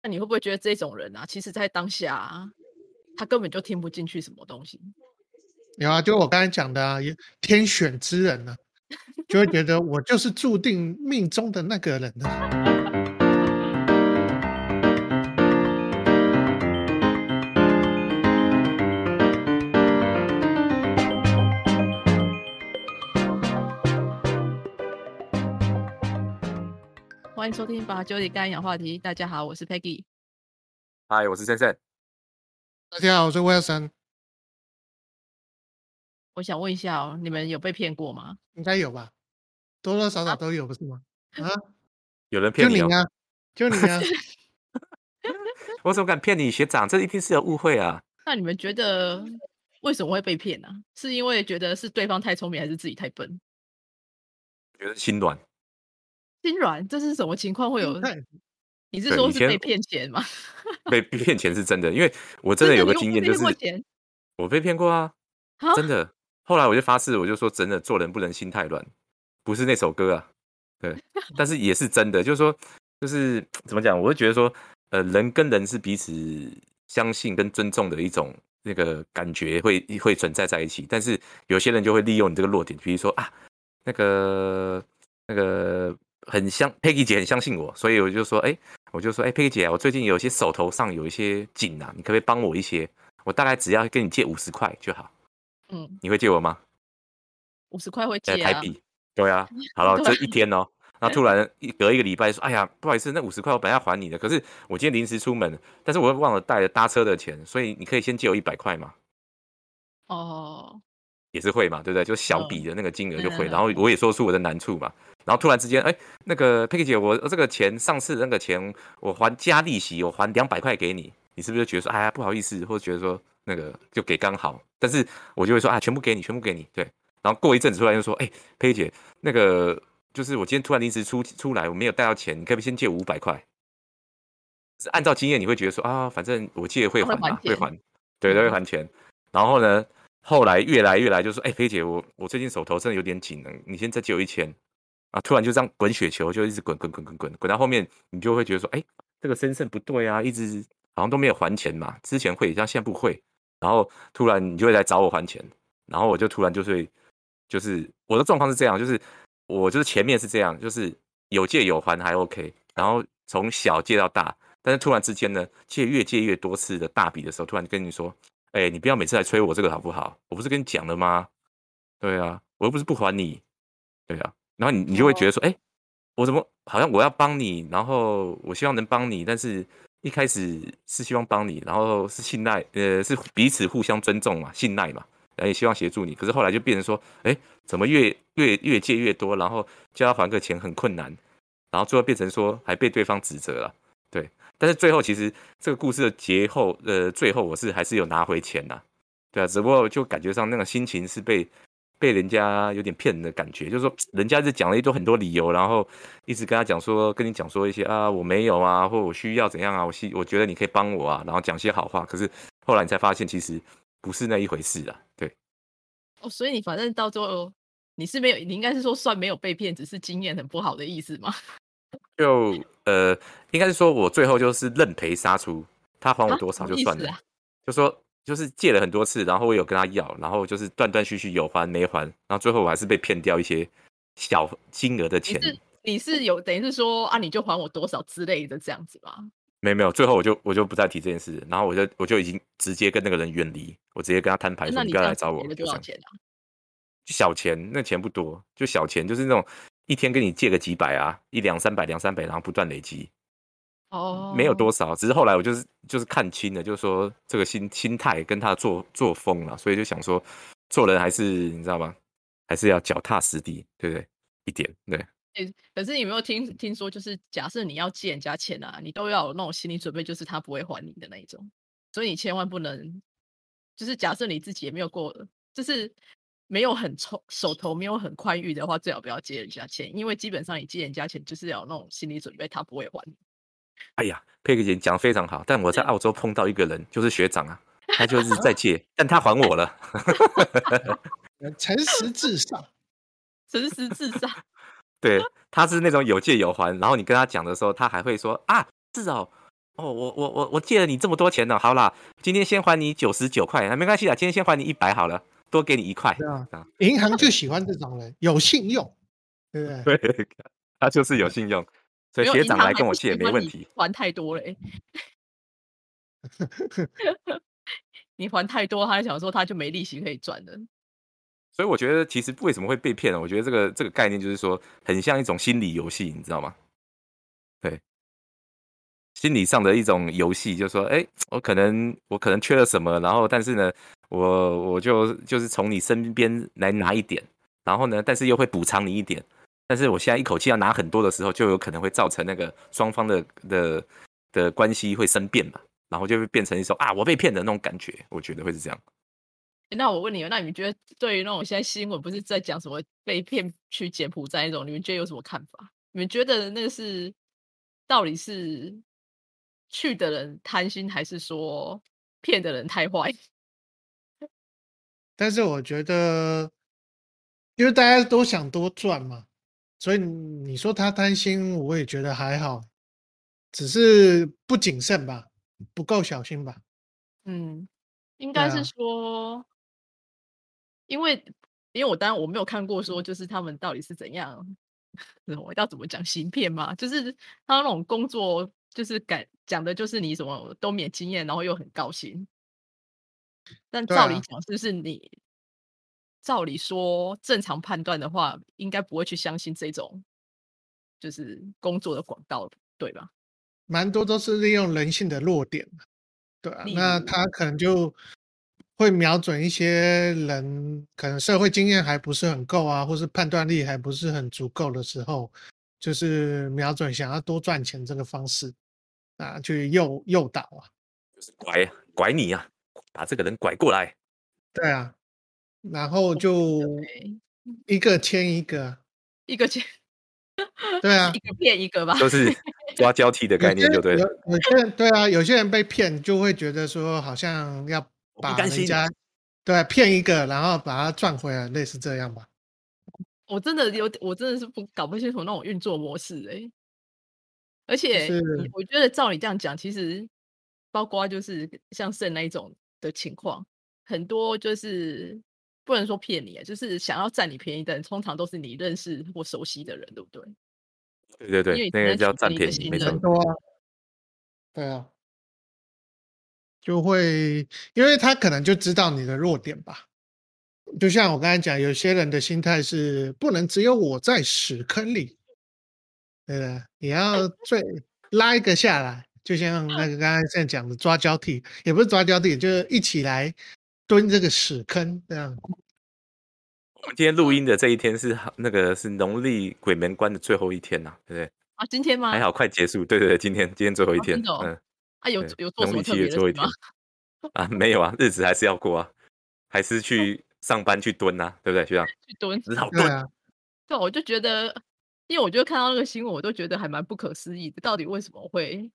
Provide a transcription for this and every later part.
那你会不会觉得这种人啊，其实在当下啊，他根本就听不进去什么东西？ 有啊，就我刚才讲的啊，天选之人呢、就会觉得我就是注定命中的那个人呢、 欢迎收听把酒里干氧话题。大家好，我是 Peggy。 嗨，我是森森。 大家好，我是 Wilson， 我想问一下哦，你们有被骗过吗？ 应该有吧？多多少少啊， 都有，不是吗？啊， 有人骗你哦？ 就你啊，就你啊， 我怎么敢骗你，学长？这一定是有误会啊！ 那你们觉得为什么会被骗呢、是因为觉得是对方太聪明，还是自己太笨？ 我觉得心软。 心软，这是什么情况会有？ 心态你是对，以前说是被骗钱吗？ 被骗钱是真的，因为我真的真的， 有个经验， 你有被就是骗过钱？ 我被骗过啊， 啊？ 真的。后来我就发誓，我就说真的，做人不能心太软，不是那首歌啊，对，但是也是真的，就是说，就是怎么讲，我会觉得说，人跟人是彼此相信跟尊重的一种那个感觉会存在在一起，但是有些人就会利用你这个弱点，比如说啊，那个那个Peggy 姐很相信我，所以我就说，哎，Peggy 姐啊，我最近有些手头上有一些紧啊，你可不可以帮我一些？我大概只要跟你借50块就好， 嗯， 你会借我吗？ 50块会借啊。 台币。对啊，好了， 对啊， 这一天哦，那突然隔一个礼拜说，哎呀，不好意思，那50块我本来要还你的，可是我今天临时出门，但是我又忘了带了搭车的钱，所以你可以先借我100块嘛， 哦， 也是会嘛，对不对？就小笔嗯， 的那个金额就会，然后嗯， 我也说出我的难处嘛，然后突然之间，哎，那个佩克姐，我这个钱上次那个钱我还加利息，我还200块给你，你是不是就觉得说，哎呀不好意思，或者觉得说那个就给刚好，但是我就会说啊，全部给你，全部给你，对，然后过一阵子突然就说，哎，佩克姐，那个就是我今天突然临时出来，我没有带到钱，你可不可以先借我500块？是按照经验你会觉得说啊，反正我借会他会还嘛，会还钱。 还，对，都会嗯， 还钱。然后呢，后来越来就说，哎，裴姐，我最近手头真的有点紧了，你先再借我1000啊。突然就这样滚雪球，就一直滚到后面，你就会觉得说，哎，这个身份不对啊，一直好像都没有还钱嘛，之前会，像现在不会。然后突然你就会来找我还钱，然后我就突然就是我的状况是这样，就是我就是前面是这样，就是有借有还还 OK，然后从小借到大，但是突然之间呢，借越多次的大笔的时候，突然跟你说，哎，你不要每次来催我这个好不好？我不是跟你讲了吗？对啊，我又不是不还你，对啊，然后你就会觉得哦， 说，哎，我怎么好像我要帮你，然后我希望能帮你，但是一开始是希望帮你，然后是信赖，是彼此互相尊重嘛，信赖嘛，然后也希望协助你。可是后来就变成说，哎，怎么越借越多，然后叫他还个钱很困难，然后最后变成说还被对方指责了，对。但是最后其实这个故事的最后我是还是有拿回钱呐，对啊，只不过就感觉上那个心情是被人家有点骗人的感觉，就是说人家是讲了很多理由，然后一直跟你讲说一些啊我没有啊，或我需要怎样啊，我觉得你可以帮我啊，然后讲些好话，可是后来你才发现其实不是那一回事啊，对。 哦，所以你反正到最后你是没有，你应该是说算没有被骗，只是经验很不好的意思吗？ 就应该是说我最后就是认赔杀出，他还我啊， 多什么少就算了， 意思啊？ 就说就是借了很多次，然后我有跟他要，然后就是断断续续有还没还，然后最后我还是被骗掉一些小金额的钱。 你是有等于是说啊，你就还我多少之类的这样子吗？ 没有，最后我就不再提这件事，然后我就已经直接跟那个人远离，我直接跟他摊牌说你那你这样不要来找我， 子赔了就这样。 多少钱啊？ 就小钱，那钱不多，就小钱，就是那种一天跟你借个几百啊，200、300、200-300，然后不断累积。没有哦， 多少，只是后来我就是看清了，就是说这个心态跟他的作风了，所以就想说做人还是你知道吗？还是要脚踏实地，对不对？一点，对。 可是你有没有听说，就是假设你要借人家钱啊，你都要有那种心理准备，就是他不会还你的那一种，所以你千万不能，就是假设你自己也没有过，就是没有很手头没有很宽裕的话，最好不要借人家钱，因为基本上你借人家钱就是要有那种心理准备，他不会还你。 哎呀，佩克姐讲得非常好，但我在澳洲碰到一个人，就是学长啊，他就是在借，但他还我了。 诚实至上， 诚实至上。 对，他是那种有借有还，然后你跟他讲的时候，他还会说啊，是哦， 哦，我借了你这么多钱呢，好啦，今天先还你99块，那没关系啦，今天先还你100好了，多给你1块。 对啊， 啊， 银行就喜欢这种人，有信用，对不对？ 对，他就是有信用，所以没有学长银行还不来跟我借喜欢你没问题。 还太多嘞，你还太多，他想说他就没利息可以赚了。 所以我觉得其实为什么会被骗呢？我觉得这个概念就是说，很像一种心理游戏，你知道吗？对，心理上的一种游戏，就是说，哎，我可能缺了什么，然后但是呢，我就是从你身边来拿一点，然后呢，但是又会补偿你一点，但是我现在一口气要拿很多的时候，就有可能会造成那个双方的关系会生变嘛，然后就会变成一种啊我被骗的那种感觉，我觉得会是这样。 那我问你哦，那你们觉得对于那种现在新闻不是在讲什么被骗去柬埔寨那种，你们觉得有什么看法？你们觉得那个是到底是去的人贪心，还是说骗的人太坏？ 但是我觉得，因为大家都想多赚嘛，所以你说他贪心，我也觉得还好，只是不谨慎吧，不够小心吧。 嗯，应该是对啊， 说，因为我当然我没有看过说就是他们到底是怎样，我要怎么讲行骗嘛？就是他那种工作就是讲的就是你什么都免经验，然后又很高薪。但对啊， 照理讲，就是照理说正常判断的话，应该不会去相信这种就是工作的广告，对吧？ 蛮多都是利用人性的弱点嘛，对啊，那例如， 他可能就会瞄准一些人，可能社会经验还不是很够啊，或是判断力还不是很足够的时候，就是瞄准想要多赚钱这个方式啊，去诱导啊， 就是拐你啊，把这个人拐过来。 对啊，然后我不觉得就欸一个牵一个， 一个接对啊， 一个骗一个吧。 都是抓交替的概有些念就对了。 有些人对啊，有些人被骗就会觉得说好像要我不甘心， 把人家对啊骗一个，然后把它赚回来，类似这样吧。 我真的是搞不清楚那种运作模式而且就是我觉得照你这样讲，其实包括就是像肾那一种的情况，很多就是不能说骗你就是想要占你便宜的人，通常都是你认识或熟悉的人，对不对？ 对对对， 因为你才那个叫能取得你的占便宜，没错。 信任。 蛮多啊，对啊，就会因为他可能就知道你的弱点吧。就像我刚才讲，有些人的心态是不能只有我在屎坑里，对不对？你要拉一个下来，就像那个刚才在讲的抓交替，也不是抓交替，就是一起来蹲这个屎坑这样。 我们今天录音的这一天是农历鬼门关的最后一天呐、对不对？ 啊，今天吗？ 还好快结束，对对对，今天最后一啊，真天， 的哦。 嗯， 啊， 对， 有做什么特农历七月别的事吗？ 最后一天啊，没有啊，日子还是要过啊，还是去上班去蹲啊，对不对，学长？ 去蹲？ 只好蹲。 对啊， 对，我就觉得，因为我就看到那个新闻，我都觉得还蛮不可思议的，到底为什么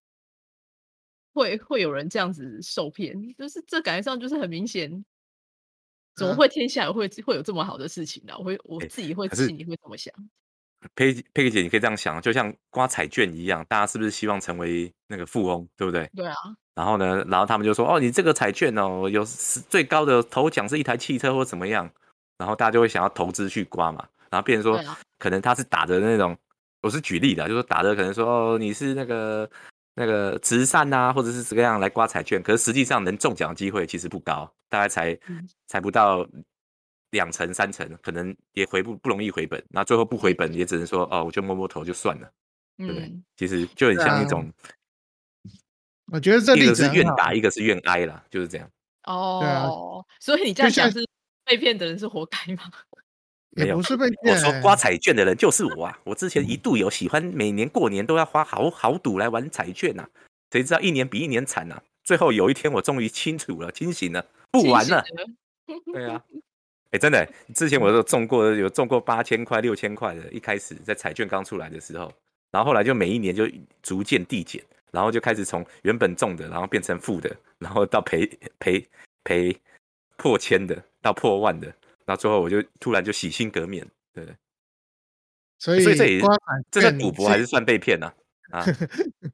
会有人这样子受骗？就是这感觉上就是很明显，怎么啊， 会天下会有这么好的事情呢？我哎， 自己会可是心里会这么想。 佩姐，你可以这样想，就像刮彩券一样，大家是不是希望成为那个富翁，对不对？ 对啊， 然后呢，然后他们就说，哦，你这个彩券哦，最高的头奖是一台汽车或怎么样，然后大家就会想要投资去刮嘛，然后变成说， 对啊， 可能他是打的那种，我是举例的啊，就是说打的可能说，哦，你是那个慈善啊，或者是这个样来刮彩券，可是实际上能中奖的机会其实不高，大概嗯才不到2成3成，可能也不容易回本，那最后不回本也只能说，哦，我就摸摸头就算了，对不对？ 嗯， 其实就很对啊， 像一种， 我觉得这例一个是子很好， 愿打，一个是愿挨啦，就是这样。 对啊， 哦，所以你这就像样讲是被骗的人是活该吗？ 没有， 也不是被我骗欸， 说刮彩券的人就是我啊！我之前一度有喜欢每年过年都要花豪赌来玩彩券呐、谁知道一年比一年惨呐、最后有一天我终于清醒了，不清醒玩了。 的， 对啊，哎，真的欸，之前我有中过8000块、6000块的，一开始在彩券刚出来的时候，然后后来就每一年就逐渐递减，然后就开始从原本中的，然后变成负的，然后到赔破千的，到破万的，然后最后我就突然就洗心革面，对不对？ 所所以以刮彩这算赌券是博还是算被骗呢、啊？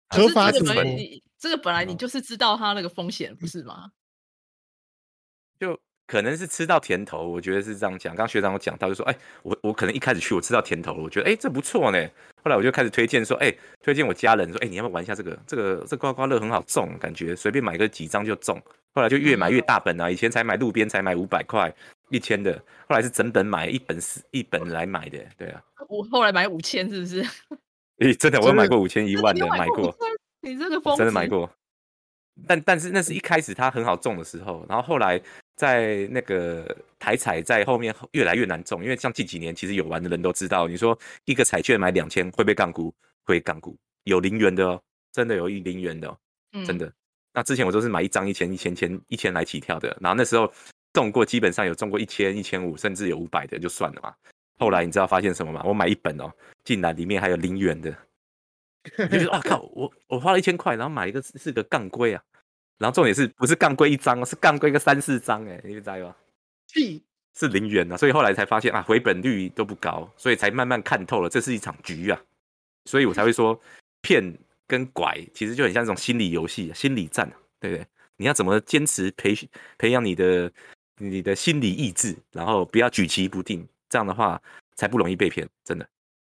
合可是法赌博， 这个本来你嗯就是知道它那个风险，不是吗？ 就可能是吃到甜头，我觉得是这样讲。刚学长有讲到，就说，哎，我可能一开始去我吃到甜头了，我觉得，哎，这不错呢。后来我就开始推荐说，哎，推荐我家人说，哎，你要不要玩一下这刮刮乐很好中，感觉随便买个几张就中。后来就越买越大本啊，以前才买路边才买500块、1000的，后来是整本买一本来买的，对啊。 我后来买5000，是不是？ 诶，真的，我有买过5000、1万的， 你有买过买过， 5000？你这个我疯子！ 真的买过。但是那是一开始它很好中的时候，然后后来在那个台彩在后面越来越难中，因为像近几年其实有玩的人都知道，你说一个彩券买2000会被杠估，会杠估，有0元的哦，真的有0元的哦，真的。那之前我都是买一张1000来起跳的，然后那时候中过基本上有中过1000、1500，甚至有500的就算了嘛。后来你知道发现什么吗？我买一本哦，竟然里面还有0元的。我就觉得啊靠，我花了1000块，然后买一个是个杠龟啊，然后重点是不是杠龟一张哦，是杠龟个3、4张哎，你知道吗？是0元啊，所以后来才发现啊，回本率都不高，所以才慢慢看透了，这是一场局啊，所以我才会说骗跟拐其实就很像一种心理游戏、心理战，对不对？你要怎么坚持培养你的心理意志，然后不要举棋不定，这样的话才不容易被骗，真的。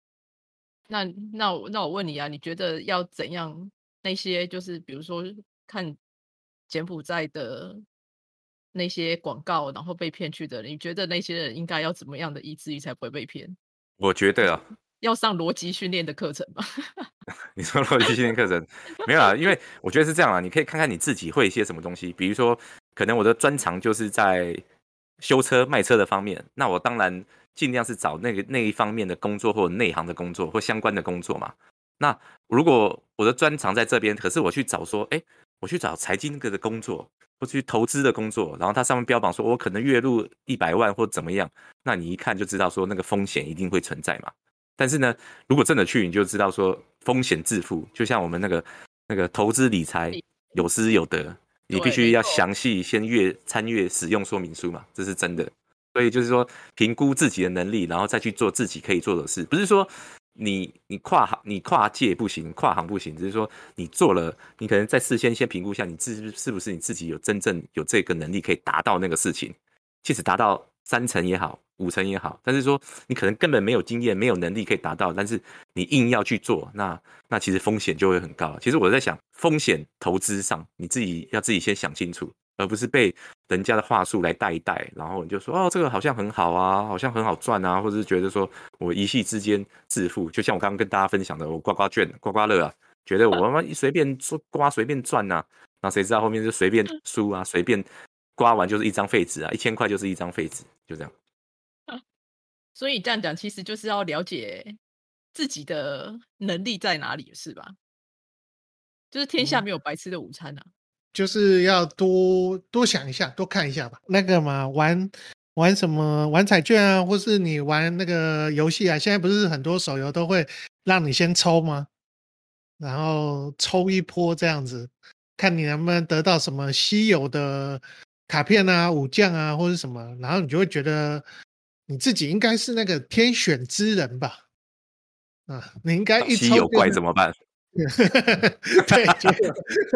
那我问你啊，你觉得要怎样？那些就是比如说看柬埔寨的那些广告，然后被骗去的人，你觉得那些人应该要怎么样的意志力才不会被骗？ 我觉得啊， 要上逻辑训练的课程吗？ 你说逻辑训练课程没有啊？因为我觉得是这样啊，你可以看看你自己会一些什么东西，比如说可能我的专长就是在修车卖车的方面，那我当然尽量是找那一方面的工作或者内行的工作或相关的工作嘛。那如果我的专长在这边，可是我去找说，哎，我去找财经的工作，或去投资的工作，然后它上面标榜说我可能月入100万或怎么样，那你一看就知道说那个风险一定会存在嘛。但是呢，如果真的去，你就知道说风险自负，就像我们那个投资理财有失有得，你必对， 须要没错。 详细先参阅使用说明书嘛，这是真的。所以就是说，评估自己的能力，然后再去做自己可以做的事，不是说你跨界不行，跨行不行，只是说你做了，你可能在事先评估一下你是不是你自己有真正有这个能力可以达到那个事情，即使达到3成也好，5成也好，但是说你可能根本没有经验，没有能力可以达到，但是你硬要去做，那其实风险就会很高。其实我在想，风险投资上，你自己先想清楚，而不是被人家的话术来带一带，然后你就说哦，这个好像很好啊，好像很好赚啊，或者是觉得说我一夕之间致富，就像我刚刚跟大家分享的，我刮刮券、刮刮乐啊，觉得我他妈随便刮随便赚啊，那谁知道后面就随便输啊，随便刮完就是一张废纸啊，1000块就是一张废纸，就这样。 所以这样讲，其实就是要了解自己的能力在哪里，是吧？就是天下没有白吃的午餐啊。 就是要多想一下，多看一下吧。那个嘛，玩什么玩彩券啊，或是你玩那个游戏啊，现在不是很多手游都会让你先抽吗？然后抽一波这样子，看你能不能得到什么稀有的卡片啊、武将啊，或者什么，然后你就会觉得你自己应该是那个天选之人吧？啊，你应该一稀有抽就是怪怎么办？ 对，结果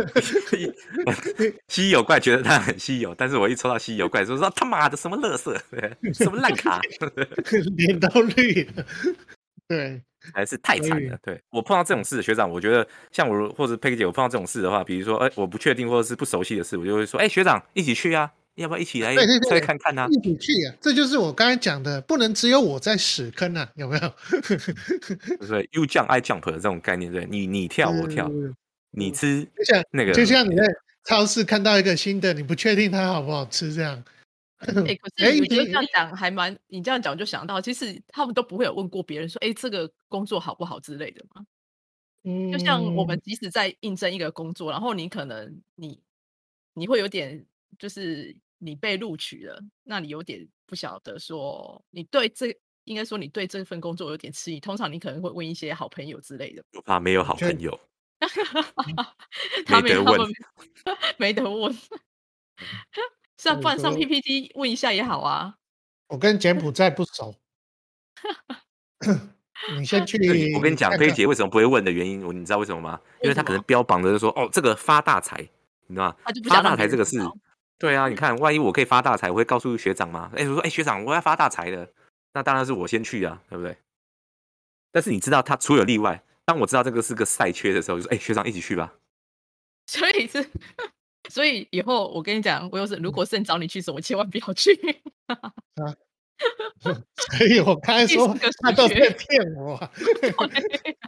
稀有怪觉得它很稀有，但是我一抽到稀有怪，说他妈的什么垃圾，什么烂卡， 脸都绿了，对， 还是太惨了。对，我碰到这种事，学长，我觉得像我或者佩克姐，我碰到这种事的话，比如说，我不确定或者是不熟悉的事，我就会说，学长一起去啊，要不要一起来对对再对， 看看啊？ 一起去啊！这就是我刚才讲的，不能只有我在屎坑啊，有没有？ 对不对？You jump I jump 的这种概念，对，你跳我跳，你吃那个， 就像你在超市看到一个新的，你不确定它好不好吃，这样。 可是我觉得这样讲还蛮，你这样讲就想到，其实他们都不会有问过别人说，这个工作好不好之类的嘛。就像我们即使在应征一个工作，然后你可能你会有点就是你被录取了，那你有点不晓得说应该说你对这份工作有点迟疑，通常你可能会问一些好朋友之类的。 我怕没有好朋友， 他没得问， 们没得问，不然上 PPT 问一下也好啊。 我跟柬埔寨不熟， 你先对，我跟你讲， 去看看， 佩姐为什么不会问的原因，你知道为什么吗？因为什么？ 为他可能标榜的是说，哦，这个发大财，你知道吗？ 他就不发大想让别财这个是， 人知道。 对啊，你看，万一我可以发大财，我会告诉学长吗？哎，我说，哎，学长，我要发大财的，那当然是我先去啊，对不对？但是你知道，他除有例外。当我知道这个是个赛缺的时候，就说，哎，学长一起去吧。 所以是，所以以后我跟你讲，我如果是找你去什么，千万不要去。 啊，所以我刚才说第四个他死穴。 都在骗我啊。 对，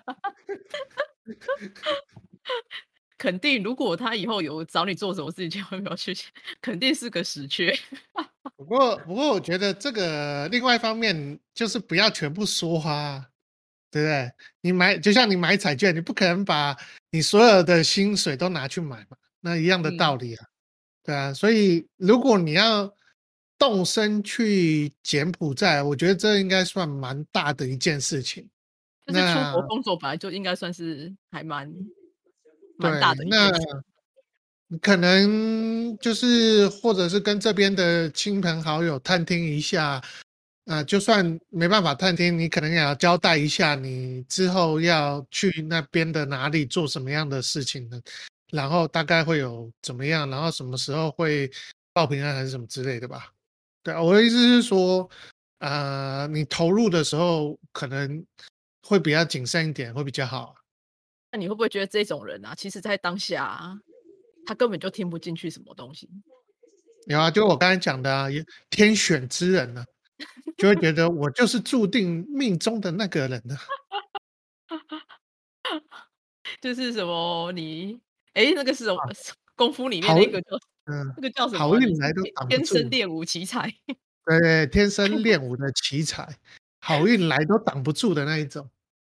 肯定，如果他以后有找你做什么事情，千万不要去，肯定是个死缺。 不过我觉得这个另外一方面就是不要全部说花啊，对不对？就像你买彩券，你不可能把你所有的薪水都拿去买嘛，那一样的道理啊，对啊。所以如果你要动身去柬埔寨，我觉得这应该算蛮大的一件事情。 就是出国那工作本来就应该算是还蛮大对，那的一件事。 可能就是或者是跟这边的亲朋好友探听一下，就算没办法探听，你可能也要交代一下你之后要去那边的哪里做什么样的事情呢？然后大概会有怎么样，然后什么时候会报平安还是什么之类的吧。对啊，我的意思是说，你投入的时候可能会比较谨慎一点，会比较好。 那你会不会觉得这种人啊，其实在当下啊，他根本就听不进去什么东西？ 有啊，就我刚才讲的啊，天选之人呢、就会觉得我就是注定命中的那个人呢、 就是什么那个是什么功夫里面好， 那个叫嗯， 那个叫什么啊？你是好运来都挡不天生住， 练武奇才。 对，天生练武的奇才，好运来都挡不住的那一种。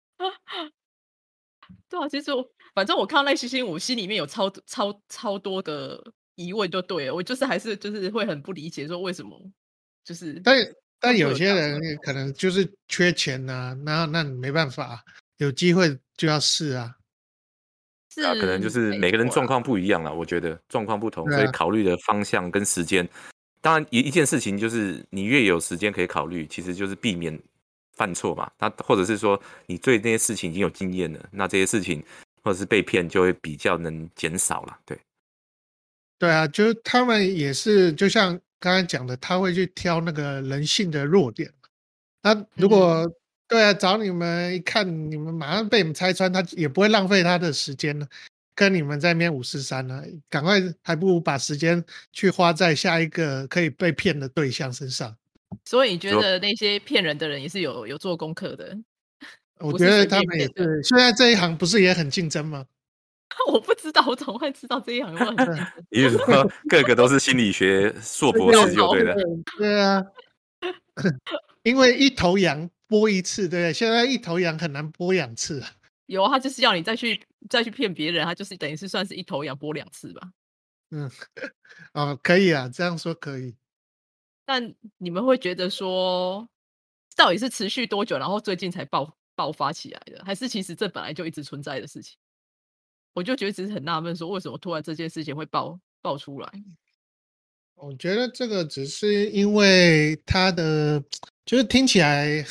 对啊，其实反正我看到那些新闻，我心里面有超多的疑问，就对了，我就是还是就是会很不理解，说为什么就是但他但有们会有这样子些人也可能就是缺钱呐、那你没办法，有机会就要试啊。 对啊，可能就是是没错啦。 每个人状况不一样啦，我觉得状况不同， 对啊， 所以考虑的方向跟时间，当然一件事情就是你越有时间可以考虑，其实就是避免犯错嘛。那或者是说你对那些事情已经有经验了，那这些事情或者是被骗就会比较能减少了。对， 对啊，就是他们也是，就像刚才讲的，他会去挑那个人性的弱点。那如嗯， 果对啊，找你们一看，你们马上被你们拆穿，他也不会浪费他的时间呢，跟你们在那边543呢，赶快还不如把时间去花在下一个可以被骗的对象身上。 所以你觉说得那些骗人的人也是有做功课的， 我觉不是随得他们也便骗的？ 是，现在这一行不是也很竞争吗？ 我不知道，我怎么会知道这一行有没有很竞争？ 也就是说个个都是心理学硕博教对对士就对了。 授对啊，因为一头羊剥一次，对不对？现在一头羊很难剥2次啊。 有啊，他就是要你再去骗别人，他就是等于是算是一头羊剥2次吧。 嗯，哦，可以啊，这样说可以。 但你们会觉得说，到底是持续多久，然后最近才爆发起来的，还是其实这本来就一直存在的事情？我就觉得只是很纳闷，说为什么突然这件事情会爆出来？ 我觉得这个只是因为它的，就是听起来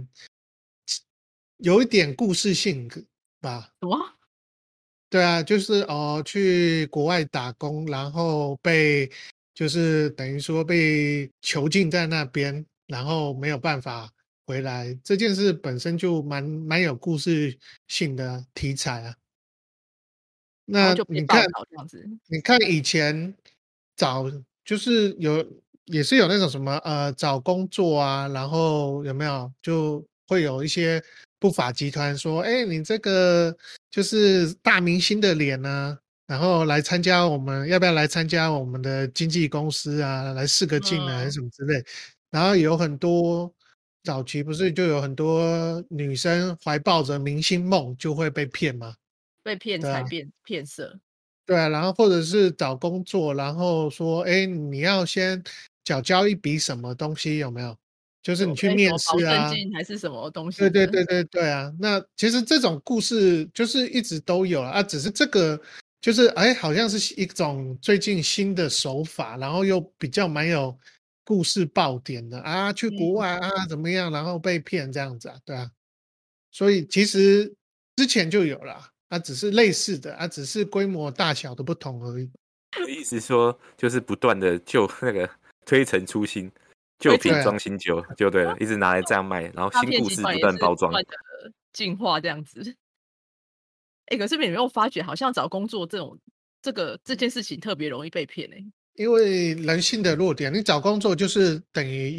有一点故事性吧。 什么？ 对啊，就是去国外打工，然后就是等于说被囚禁在那边，然后没有办法回来，这件事本身就蛮有故事性的题材啊。 然后那就被报你看， 道这样子。 你看以前找就是也是有那种什么找工作啊，然后有没有就会有一些不法集团说，哎，你这个就是大明星的脸呢、然后要不要来参加我们的经纪公司啊，来试个镜啊，还是嗯， 什么之类。然后有很多早期不是就有很多女生怀抱着明星梦就会被骗吗？ 被骗对啊。 财骗色。 对啊，然后或者是找工作，然后说，哎，你要先交一笔什么东西，有没有？就是你去什么面保证试啊， 金还是什么东西的。 对对对对对啊。那其实这种故事就是一直都有啊，只是这个就是哎，好像是一种最近新的手法，然后又比较蛮有故事爆点的啊，去国嗯， 外啊怎么样，然后被骗这样子啊，对啊。 所以其实之前就有了，它只是类似的，它只是规模大小的不同而已。 意思说就是不断的就那个推陈出新，旧推瓶对啊， 装新酒就对了，一直拿来这样卖，然后诈新故事不骗集团也断包装。 是不断的进化这样子。可是你有没有发觉，好像找工作这件事情特别容易被骗因为人性的弱点，你找工作就是等于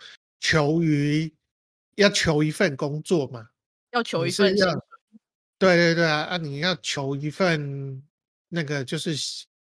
要求一份工作嘛， 要求你是要一份薪水。 对对对啊，你要求一份那个就是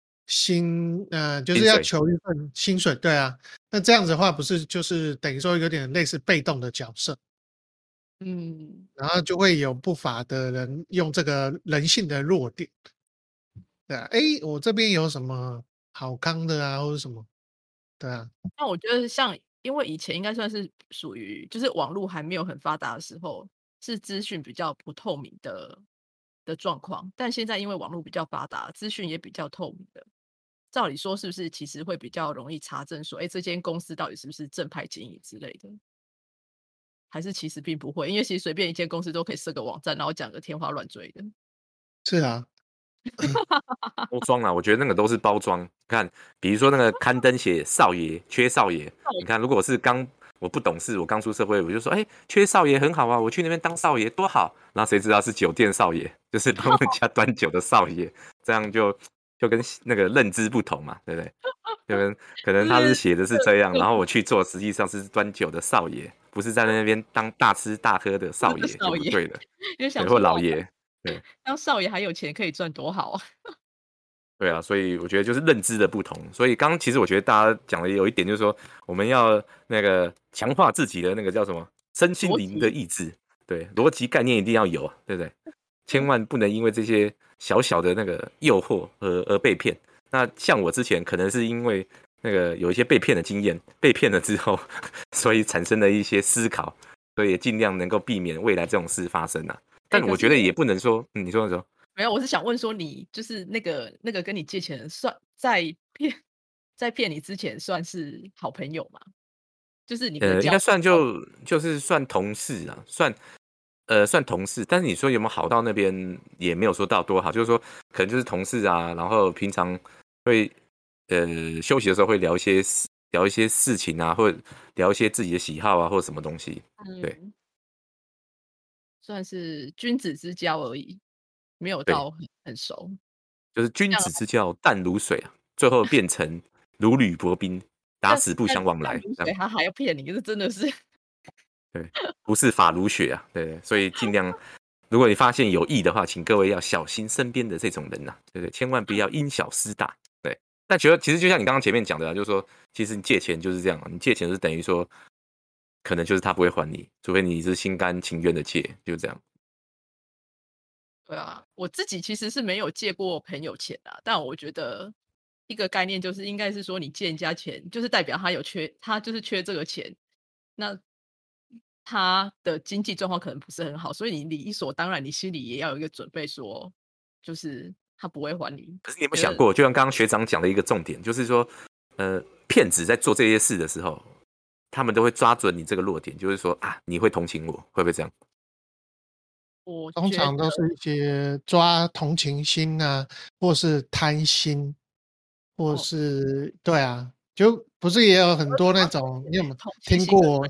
就是薪水要求一份薪水，对啊，那这样子的话，不是就是等于说有点类似被动的角色， 嗯， 然后就会有不法的人用这个人性的弱点，对啊，我这边有什么好康的啊，或者什么，对啊， 那我觉得因为以前应该算是属于就是网络还没有很发达的时候，是资讯比较不透明的状况。但现在因为网络比较发达，资讯也比较透明的，照理说是不是其实会比较容易查证说，这间公司到底是不是正派经营之类的？还是其实并不会，因为其实随便一间公司都可以设个网站，然后讲个天花乱坠的。 是啊， 包装啊，我觉得那个都是包装。看，比如说那个刊登写少爷缺少爷，你看，如果是我不懂事，我刚出社会，我就说，缺少爷很好啊，我去那边当少爷多好。然后谁知道是酒店少爷，就是帮人家端酒的少爷，这样就跟那个认知不同嘛，对不对？可能他是写的是这样，然后我去做，实际上是端酒的少爷，不是在那边当大吃大喝的少爷，就少爷， 不对了。 就想对， 说哇， 或老爷，对。 当少爷还有钱可以赚多好啊！ 对啊，所以我觉得就是认知的不同。所以刚刚其实我觉得大家讲的有一点就是说，我们要那个强化自己的那个叫什么身心灵的逻辑。 意志，对，逻辑概念一定要有，对不对？千万不能因为这些小小的那个诱惑而被骗。那像我之前可能是因为那个有一些被骗的经验，被骗了之后，所以产生了一些思考，所以也尽量能够避免未来这种事发生啊。但可是我觉得也不能说，你说你说。 没有，我是想问说，你就是那个跟你借钱的人在骗你之前算是好朋友吗？就是你们的应该交算就是算同事啊，算同事，但是你说有没有好到那边，也没有说到多好，就是说可能就是同事啊，然后平常会休息的时候会聊一些事情啊，或者聊一些自己的喜好啊，或者什么东西，对嗯，算是君子之交而已，没有对， 到很熟。 就是君这样子之交淡如水啊，最后变成如履薄冰，打死不相往来，这样。 但卤水他还要骗你，这真的是。 对，不是法如雪啊，对，所以尽量，如果你发现有意的话，请各位要小心身边的这种人呐、对不对？千万不要因小失大，对。但其实就像你刚刚前面讲的啊，就是说，其实你借钱就是这样啊，你借钱是等于说，可能就是他不会还你，除非你是心甘情愿的借，就这样。 对啊，我自己其实是没有借过朋友钱啊，但我觉得一个概念就是应该是说，你借人家钱，就是代表他就是缺这个钱，那他的经济状况可能不是很好，所以你理所当然，你心里也要有一个准备说，就是他不会还你。 可是你有没有觉得想过，就像刚刚学长讲的一个重点，就是说，骗子在做这些事的时候，他们都会抓准你这个弱点，就是说啊，你会同情我，会不会这样？ 通我觉得常都是一些抓同情心啊，或是贪心，或哦， 是对啊，就不是也有很多那种，你有没有同情心跟听过？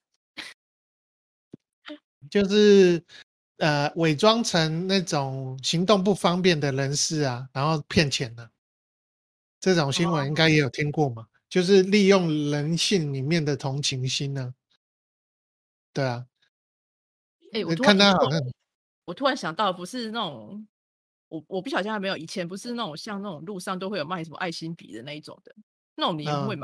就是伪装成那种行动不方便的人士啊，然后骗钱的这种新闻应该也有听过嘛？就是利用人性里面的同情心呢、对啊， 我突然看他好像我突然想到，不是那种我不晓得现在有没有，以前不是那种像那种路上都会有卖什么爱心笔的那一种的，那种你也会嗯。 买？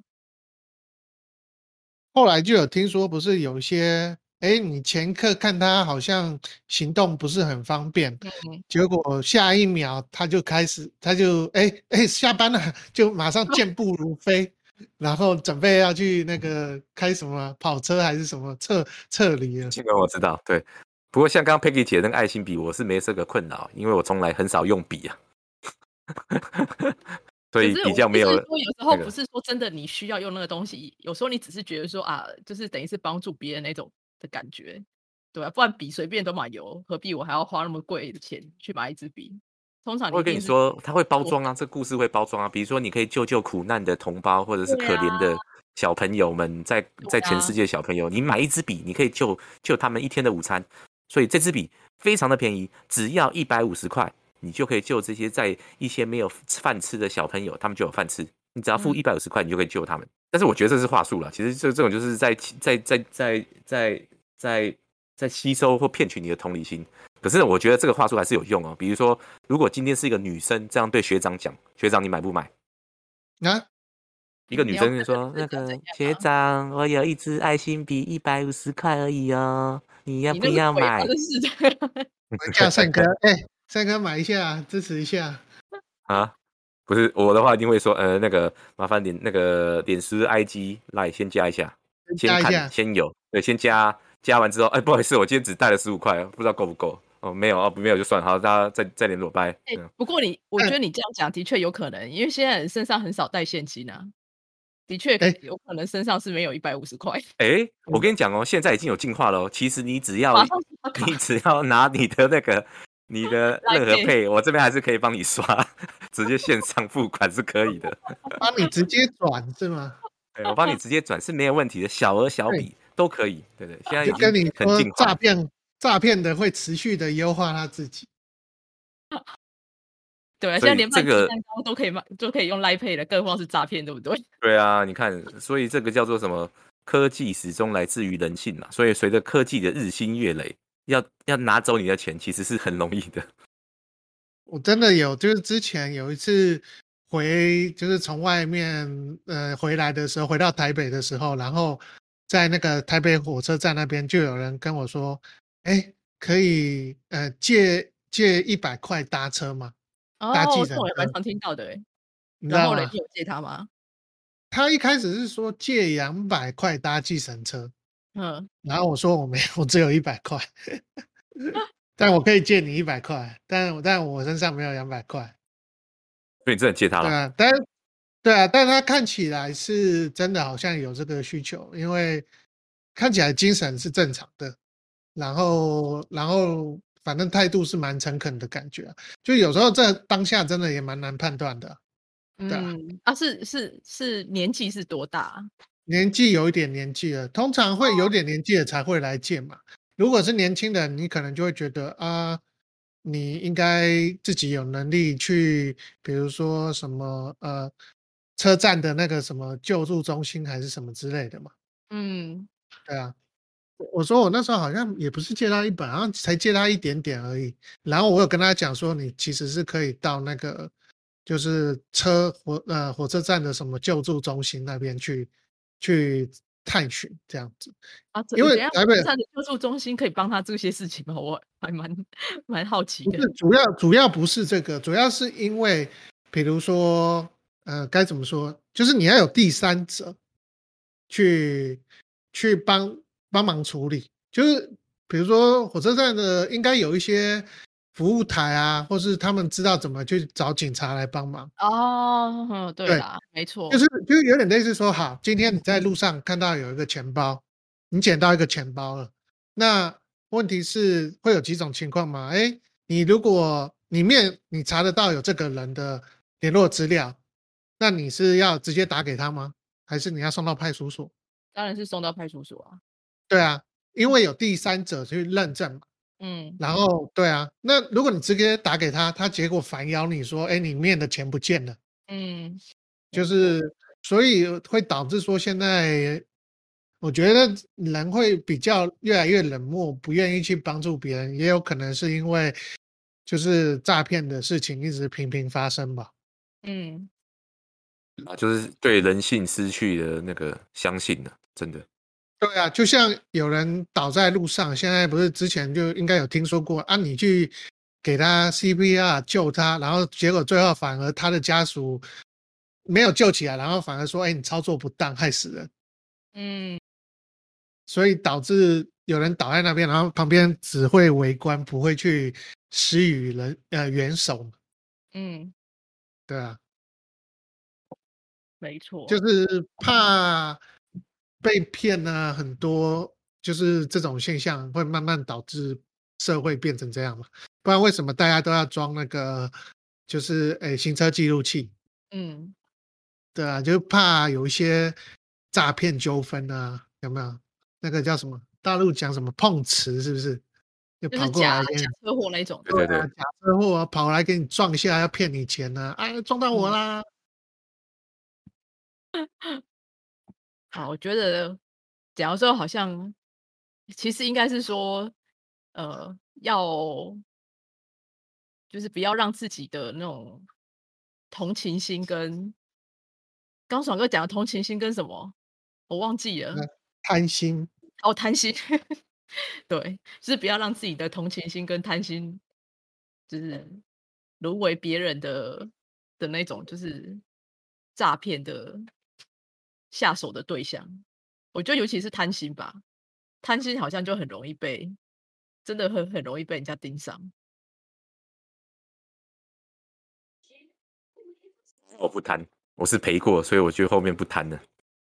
后来就有听说，不是有一些，你前一刻看他好像行动不是很方便， 嗯， 结果下一秒他就下班了，就马上健步如飞，然后准备要去那个开什么跑车还是什么撤离了。 这个我知道，对。不过像刚刚 Peggy 姐那个爱心笔，我是没这个困扰，因为我从来很少用笔啊，所以可是我比较没有意思是说，有时候那个。 不是说真的你需要用那个东西，有时候你只是觉得说啊，就是等于是帮助别人那种的感觉， 对啊，不然笔随便都买油，何必我还要花那么贵的钱去买一支笔？通常我会跟你一定是你说，他会包做装啊，这故事会包装啊。比如说，你可以救苦难的同胞，或者是对啊， 可怜的小朋友们，在全世啊， 界的小朋友，你买一支笔，你可以救他们一天的午餐。所以这支笔非常的便宜，只要150块，你就可以救这些在一些没有饭吃的小朋友，他们就有饭吃。你只要付嗯， 150块，你就可以救他们。但是我觉得这是话术了，其实这种就是在吸收或骗取你的同理心。可是我觉得这个话术还是有用哦。比如说，如果今天是一个女生这样对学长讲，学长你买不买？ 啊， 一个女你要看生就说： 那女生长怎那个学样啊？ 长，我有一支爱心笔150块而已哦，你要你不那个鬼吧， 要买？ 真是的。 我叫胜哥，胜哥买一下，支持一下。 啊，不是我的话，一定会说，那个麻烦那个脸书、IG 来先加一下，先看加一下。 先有，对，先加完之后，不好意思，我今天只带了15块，不知道够不够。哦，没有哦，没有就算，好，大家再联络，拜。 不过我觉但得你这样讲的确有可能，因为现在人身上很少带现金啊，的确哎， 有可能身上是没有150块， 我跟你讲哦，现在已经有进化了哦。其实你只要马上刷卡拿你的你的来任何配。 配，我这边还是可以帮你刷，直接线上付款是可以的。 帮你直接转是吗？ 对，我帮你直接转是没有问题的，小额小对， 笔都可以。对，现在已经就跟你说很进化。 诈骗的会持续的优化他自己。 对啊，现所以在连卖鸡这个蛋糕都可以卖，都可以用 Line Pay 了，更何况是诈骗，对不对？ 对啊，你看，所以这个叫做什么？科技始终来自于人性啊。所以随着科技的日新月累，要拿走你的钱，其实是很容易的。 我真的有，就是之前有一次就是从外面回来的时候，回到台北的时候，然后在那个台北火车站那边就有人跟我说，哎，可以借100块搭车吗？搭计哦，这程车， 种也蛮常听到的诶。然后嘞， 你知道吗？ 你有借他吗？ 他一开始是说借200块搭计程车， 嗯， 然后我说我没有，我只有100块，但我可以借你100块，但我身上没有200块。 所以你真的借他了。 对啊，但他看起来是真的好像有这个需求，因为看起来精神是正常的，然后反正态度是蛮诚恳的感觉啊，就有时候这当下真的也蛮难判断的。对啊， 是年纪是多大啊？ 年纪有一点年纪了，通常会有点年纪的才会来见嘛。如果是年轻人，你可能就会觉得啊，你应该自己有能力去，比如说什么车站的那个什么救助中心还是什么之类的嘛。 嗯， 对啊，我说我那时候好像也不是借他100，好像才借他一点点而已。然后我有跟他讲说，你其实是可以到那个就是火车站的什么救助中心那边去探寻这样子， 啊， 因等一下， 为台北火车站的救助中心可以帮他这些事情吗？我还蛮好奇的。 不是主要不是这个，主要是因为比如说该怎么说，就是你要有第三者去帮忙处理，就是比如说火车站的应该有一些服务台啊，或是他们知道怎么去找警察来帮忙。 哦，对对， 啦，没错。 就是有点类似说，好，今天你在路上看到有一个钱包，你捡到一个钱包了，那问题是会有几种情况吗？哎，你如果里面你查得到有这个人的联络资料，那你是要直接打给他吗？还是你要送到派出所？ 当然是送到派出所啊。 对啊，因为有第三者去认证嘛。 嗯， 然后对啊，那如果你直接打给他，他结果反咬你说，哎，里面的钱不见了。 嗯， 就没错。 是所以会导致说现在我觉得人会比较越来越冷漠，不愿意去帮助别人，也有可能是因为就是诈骗的事情一直频频发生吧。 嗯， 就是对人性失去的那个相信了，真的。 对啊，就像有人倒在路上，现在不是之前就应该有听说过啊，你去给他 CPR 救他，然后结果最后反而他的家属没有救起来，然后反而说，哎，你操作不当，害死人。 嗯， 所以导致有人倒在那边，然后旁边只会围观，不会去施予援手嘛。 嗯， 对啊， 没错。 就是怕被骗啊，很多就是这种现象会慢慢导致社会变成这样嘛。不然为什么大家都要装那个就是行车记录器？ 嗯， 对啊，就怕有一些诈骗纠纷啊，有没有？那个叫什么？大陆讲什么碰瓷是不是？就就是跑过来给你， 假车祸那一种的。 对啊， 对对对， 假车祸啊，跑来给你撞一下，要骗你钱呢、啊，撞到我嗯， 啦！ 好，我觉得假如说好像其实应该是说，要就是不要让自己的那种同情心跟刚爽哥讲的同情心跟什么，我忘记了。 那贪心， 哦，贪心，对，就是不要让自己的同情心跟贪心，就是沦为别人的那种，就是诈骗的下手的对象。我觉得尤其是贪心吧，贪心好像就很容易被，真的很容易被人家盯上。 我不贪，我是赔过，所以我觉得后面不贪了。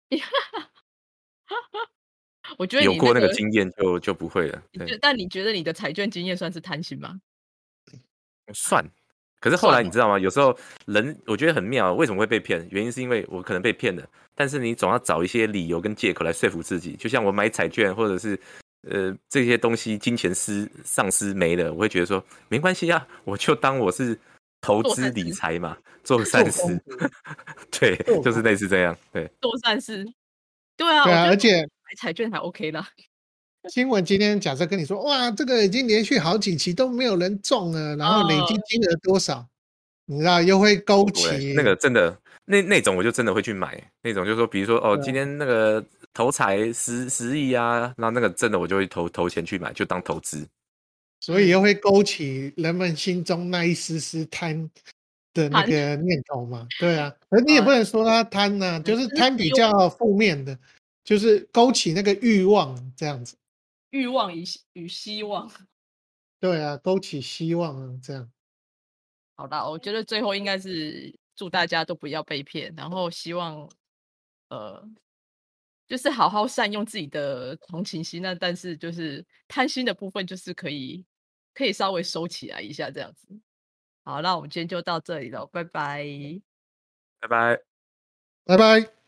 我觉得有过那个你那个， 经验就不会了。对， 但你觉得你的彩券经验算是贪心吗？ 算。可是后来算哦， 你知道吗？有时候人我觉得很妙，为什么会被骗？原因是因为我可能被骗了，但是你总要找一些理由跟借口来说服自己。就像我买彩券或者是这些东西，金钱丧失没了，我会觉得说没关系啊，我就当我是投资理做善事， 财嘛，做做善事。 功德， 对，就是做功类似这样。对， 做善事。对啊， 对啊， 我觉得而且买彩券还 OK 啦。 新闻今天假设跟你说，哇，这个已经连续好几期都没有人中了，然后累积呃， 金额多少，你知道又会勾不会，那起， 个真的那种我就真的会去买那种，就是说，比如说哦，今天那个头彩十亿啊，然后那个真的我就会投钱去买，就当投资。 所以又会勾起人们心中那一丝丝贪的那贪， 个念头嘛。对啊，而你也不能说他贪呐、就是就是贪比希望较负面的，就是勾起那个欲望这样子。 欲望与希望。 对啊，勾起希望啊，这样。 好啦，我觉得最后应该是祝大家都不要被骗，然后希望呃，就是好好善用自己的同情心，那但是就是贪心的部分，就是可以稍微收起来一下这样子。好，那我们今天就到这里了，拜拜。 拜拜。 拜拜。